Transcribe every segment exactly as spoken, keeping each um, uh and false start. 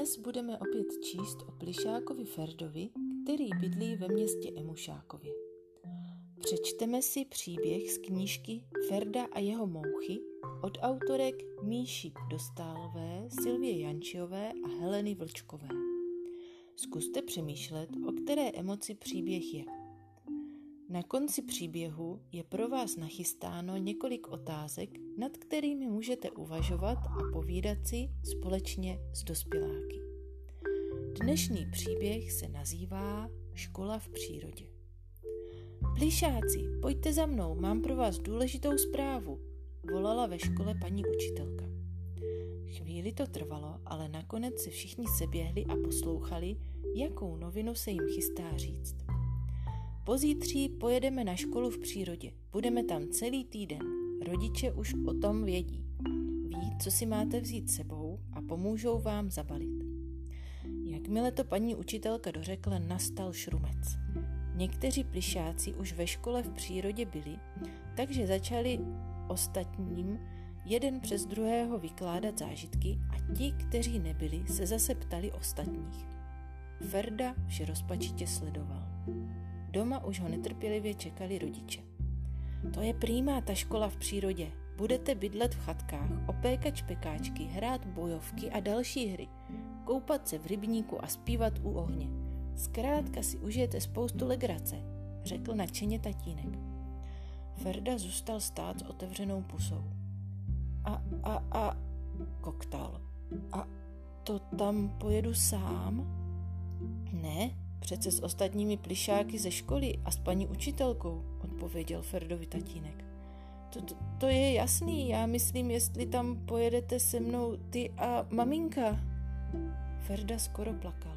Dnes budeme opět číst o plišákovi Ferdovi, který bydlí ve městě Emušákově. Přečteme si příběh z knížky Ferda a jeho mouchy od autorek Míši Dostálové, Sylvie Jančiové a Heleny Vlčkové. Zkuste přemýšlet, o které emoci příběh je. Na konci příběhu je pro vás nachystáno několik otázek, nad kterými můžete uvažovat a povídat si společně s dospěláky. Dnešní příběh se nazývá Škola v přírodě. Plišáci, pojďte za mnou, mám pro vás důležitou zprávu, volala ve škole paní učitelka. Chvíli to trvalo, ale nakonec se všichni seběhli a poslouchali, jakou novinu se jim chystá říct. Pozítří pojedeme na školu v přírodě. Budeme tam celý týden. Rodiče už o tom vědí. Ví, co si máte vzít sebou a pomůžou vám zabalit. Jakmile to paní učitelka dořekla, nastal šrumec. Někteří plišáci už ve škole v přírodě byli, takže začali ostatním jeden přes druhého vykládat zážitky a ti, kteří nebyli, se zase ptali ostatních. Ferda vše rozpačitě sledoval. Doma už ho netrpělivě čekali rodiče. To je prýmá ta škola v přírodě. Budete bydlet v chatkách, opékat špekáčky, hrát bojovky a další hry, koupat se v rybníku a zpívat u ohně. Zkrátka si užijete spoustu legrace, řekl nadšeně tatínek. Ferda zůstal stát s otevřenou pusou. A, a, a, koktal. A to tam pojedu sám? Ne, přece s ostatními plišáky ze školy a s paní učitelkou, odpověděl Ferdovi tatínek. To, to, to je jasný, já myslím, jestli tam pojedete se mnou ty a maminka. Ferda skoro plakal.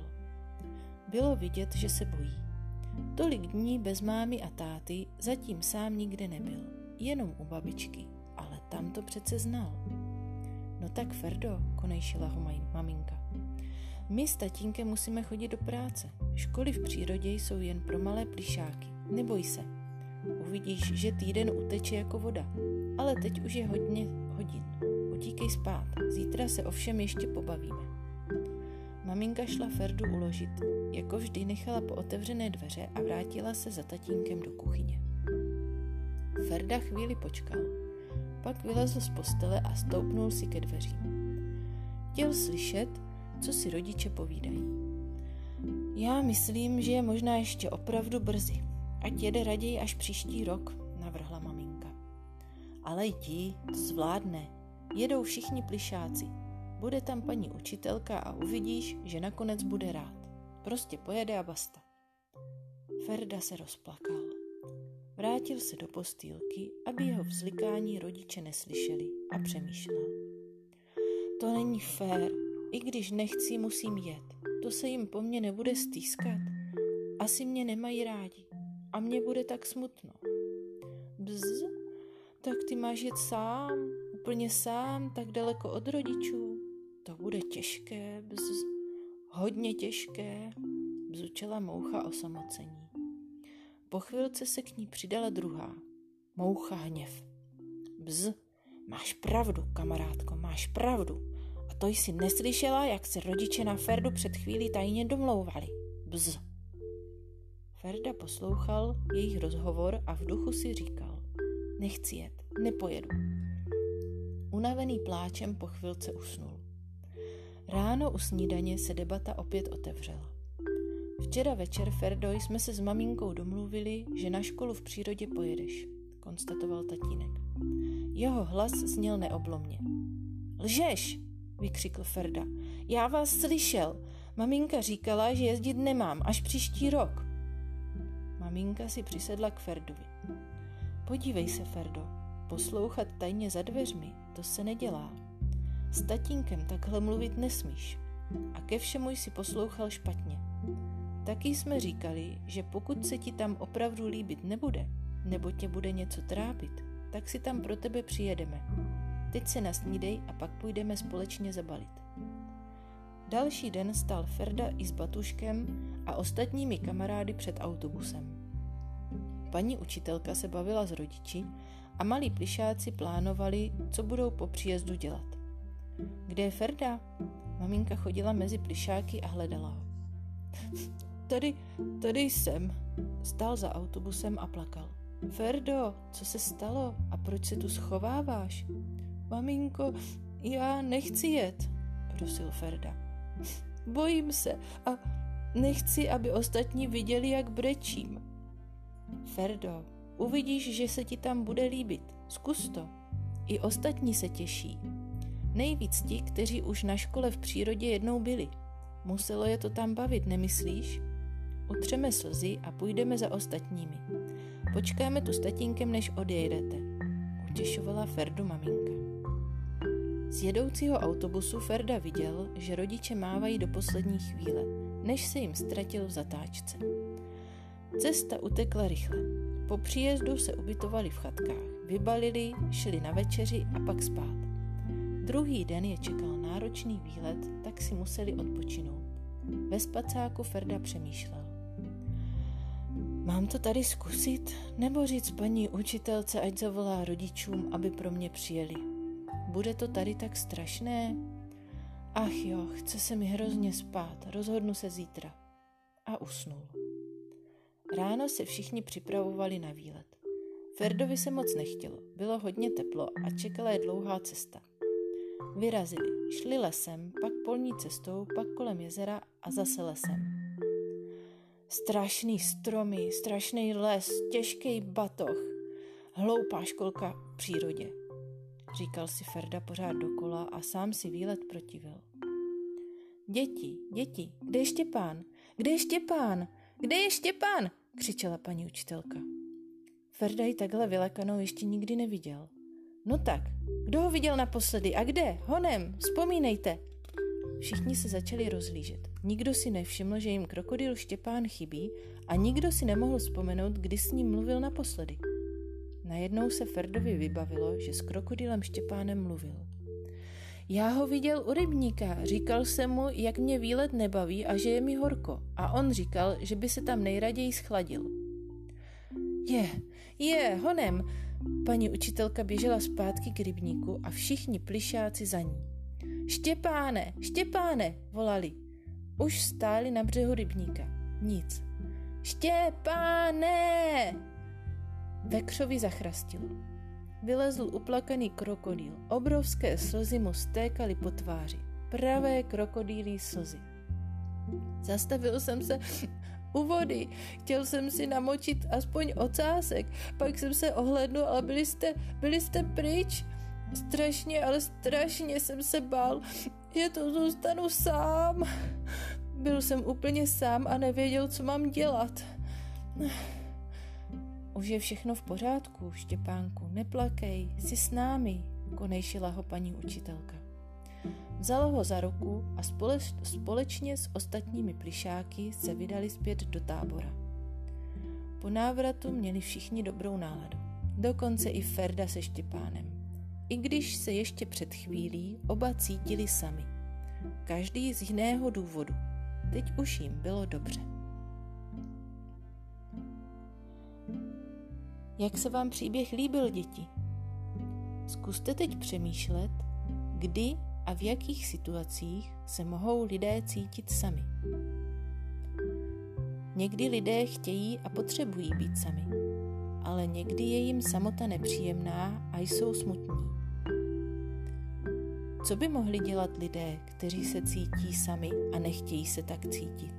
Bylo vidět, že se bojí. Tolik dní bez mámy a táty zatím sám nikde nebyl, jenom u babičky, ale tam to přece znal. No tak Ferdo, konejšila ho maminka. My s tatínkem musíme chodit do práce. Školy v přírodě jsou jen pro malé plišáky. Neboj se. Uvidíš, že týden uteče jako voda. Ale teď už je hodně hodin. Utíkej spát. Zítra se ovšem ještě pobavíme. Maminka šla Ferdu uložit. Jako vždy nechala po otevřené dveře a vrátila se za tatínkem do kuchyně. Ferda chvíli počkal. Pak vylezl z postele a stoupnul si ke dveřím. Chtěl slyšet, co si rodiče povídají. Já myslím, že je možná ještě opravdu brzy. Ať jede raději až příští rok, navrhla maminka. Ale jdi, to zvládne. Jedou všichni plišáci. Bude tam paní učitelka a uvidíš, že nakonec bude rád. Prostě pojede a basta. Ferda se rozplakal. Vrátil se do postýlky, aby jeho vzlikání rodiče neslyšeli a přemýšlel. To není fér. I když nechci, musím jet. To se jim po mně nebude stýskat. Asi mě nemají rádi. A mně bude tak smutno. Bzz, tak ty máš jet sám, úplně sám, tak daleko od rodičů. To bude těžké, bzz, hodně těžké, bzučela moucha osamocení. Po chvilce se k ní přidala druhá, moucha hněv. Bzz, máš pravdu, kamarádko, máš pravdu. A to jsi neslyšela, jak se rodiče na Ferdu před chvílí tajně domlouvali. Bzz. Ferda poslouchal jejich rozhovor a v duchu si říkal. Nechci jet, nepojedu. Unavený pláčem po chvilce usnul. Ráno u snídaně se debata opět otevřela. Včera večer, Ferdo, jsme se s maminkou domluvili, že na školu v přírodě pojedeš, konstatoval tatínek. Jeho hlas zněl neoblomně. Lžeš, vykřikl Ferda. Já vás slyšel. Maminka říkala, že jezdit nemám až příští rok. Maminka si přisedla k Ferdovi. Podívej se, Ferdo, poslouchat tajně za dveřmi, to se nedělá. S tatínkem takhle mluvit nesmíš. A ke všemu jsi poslouchal špatně. Taky jsme říkali, že pokud se ti tam opravdu líbit nebude, nebo tě bude něco trápit, tak si tam pro tebe přijedeme. Teď se nasnídej a pak půjdeme společně zabalit. Další den stál Ferda i s Batuškem a ostatními kamarády před autobusem. Paní učitelka se bavila s rodiči a malí plišáci plánovali, co budou po příjezdu dělat. Kde je Ferda? Maminka chodila mezi plyšáky a hledala ho. Tady, tady jsem. Stál za autobusem a plakal. Ferdo, co se stalo a proč se tu schováváš? Maminko, já nechci jet, prosil Ferda. Bojím se a nechci, aby ostatní viděli, jak brečím. Ferdo, uvidíš, že se ti tam bude líbit. Zkus to. I ostatní se těší. Nejvíc ti, kteří už na škole v přírodě jednou byli. Muselo je to tam bavit, nemyslíš? Utřeme slzy a půjdeme za ostatními. Počkáme tu s tatínkem, než odjedete. Utěšovala Ferdu maminka. Z jedoucího autobusu Ferda viděl, že rodiče mávají do poslední chvíle, než se jim ztratil v zatáčce. Cesta utekla rychle. Po příjezdu se ubytovali v chatkách, vybalili, šli na večeři a pak spát. Druhý den je čekal náročný výlet, tak si museli odpočinout. Ve spacáku Ferda přemýšlel. Mám to tady zkusit, nebo říct paní učitelce, ať zavolá rodičům, aby pro mě přijeli? Bude to tady tak strašné? Ach jo, chce se mi hrozně spát, rozhodnu se zítra. A usnul. Ráno se všichni připravovali na výlet. Ferdovi se moc nechtělo, bylo hodně teplo a čekala je dlouhá cesta. Vyrazili, šli lesem, pak polní cestou, pak kolem jezera a zase lesem. Strašný stromy, strašný les, těžký batoh, hloupá školka v přírodě, říkal si Ferda pořád dokola a sám si výlet protivil. Děti, děti, kde je Štěpán? Kde je Štěpán? Kde je Štěpán? Křičela paní učitelka. Ferda ji takhle vylekanou ještě nikdy neviděl. No tak, kdo ho viděl naposledy a kde? Honem, vzpomínejte. Všichni se začali rozhlížet. Nikdo si nevšiml, že jim krokodýl Štěpán chybí a nikdo si nemohl vzpomenout, kdy s ním mluvil naposledy. Najednou se Ferdovi vybavilo, že s krokodýlem Štěpánem mluvil. Já ho viděl u rybníka, říkal jsem mu, jak mě výlet nebaví a že je mi horko. A on říkal, že by se tam nejraději schladil. Je, je, honem. Paní učitelka běžela zpátky k rybníku a všichni plyšáci za ní. Štěpáne, Štěpáne, volali. Už stáli na břehu rybníka. Nic. Štěpáne! Vekřovi zachrastilo. Vylezl uplakaný krokodýl. Obrovské slzy mu stékaly po tváři. Pravé krokodýlí slzy. Zastavil jsem se u vody. Chtěl jsem si namočit aspoň ocásek. Pak jsem se ohlédnul, ale byli jste, byli jste pryč. Strašně, ale strašně jsem se bál, že to zůstanu sám. Byl jsem úplně sám a nevěděl, co mám dělat. Už je všechno v pořádku, Štěpánku, neplakej, jsi s námi, konejšila ho paní učitelka. Vzala ho za ruku a společ, společně s ostatními plyšáky se vydali zpět do tábora. Po návratu měli všichni dobrou náladu, dokonce i Ferda se Štěpánem. I když se ještě před chvílí oba cítili sami. Každý z jiného důvodu. Teď už jim bylo dobře. Jak se vám příběh líbil, děti? Zkuste teď přemýšlet, kdy a v jakých situacích se mohou lidé cítit sami. Někdy lidé chtějí a potřebují být sami, ale někdy je jim samota nepříjemná a jsou smutní. Co by mohli dělat lidé, kteří se cítí sami a nechtějí se tak cítit?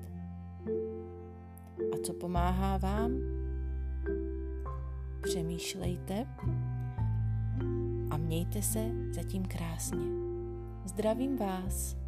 A co pomáhá vám? Přemýšlejte a mějte se zatím krásně. Zdravím vás.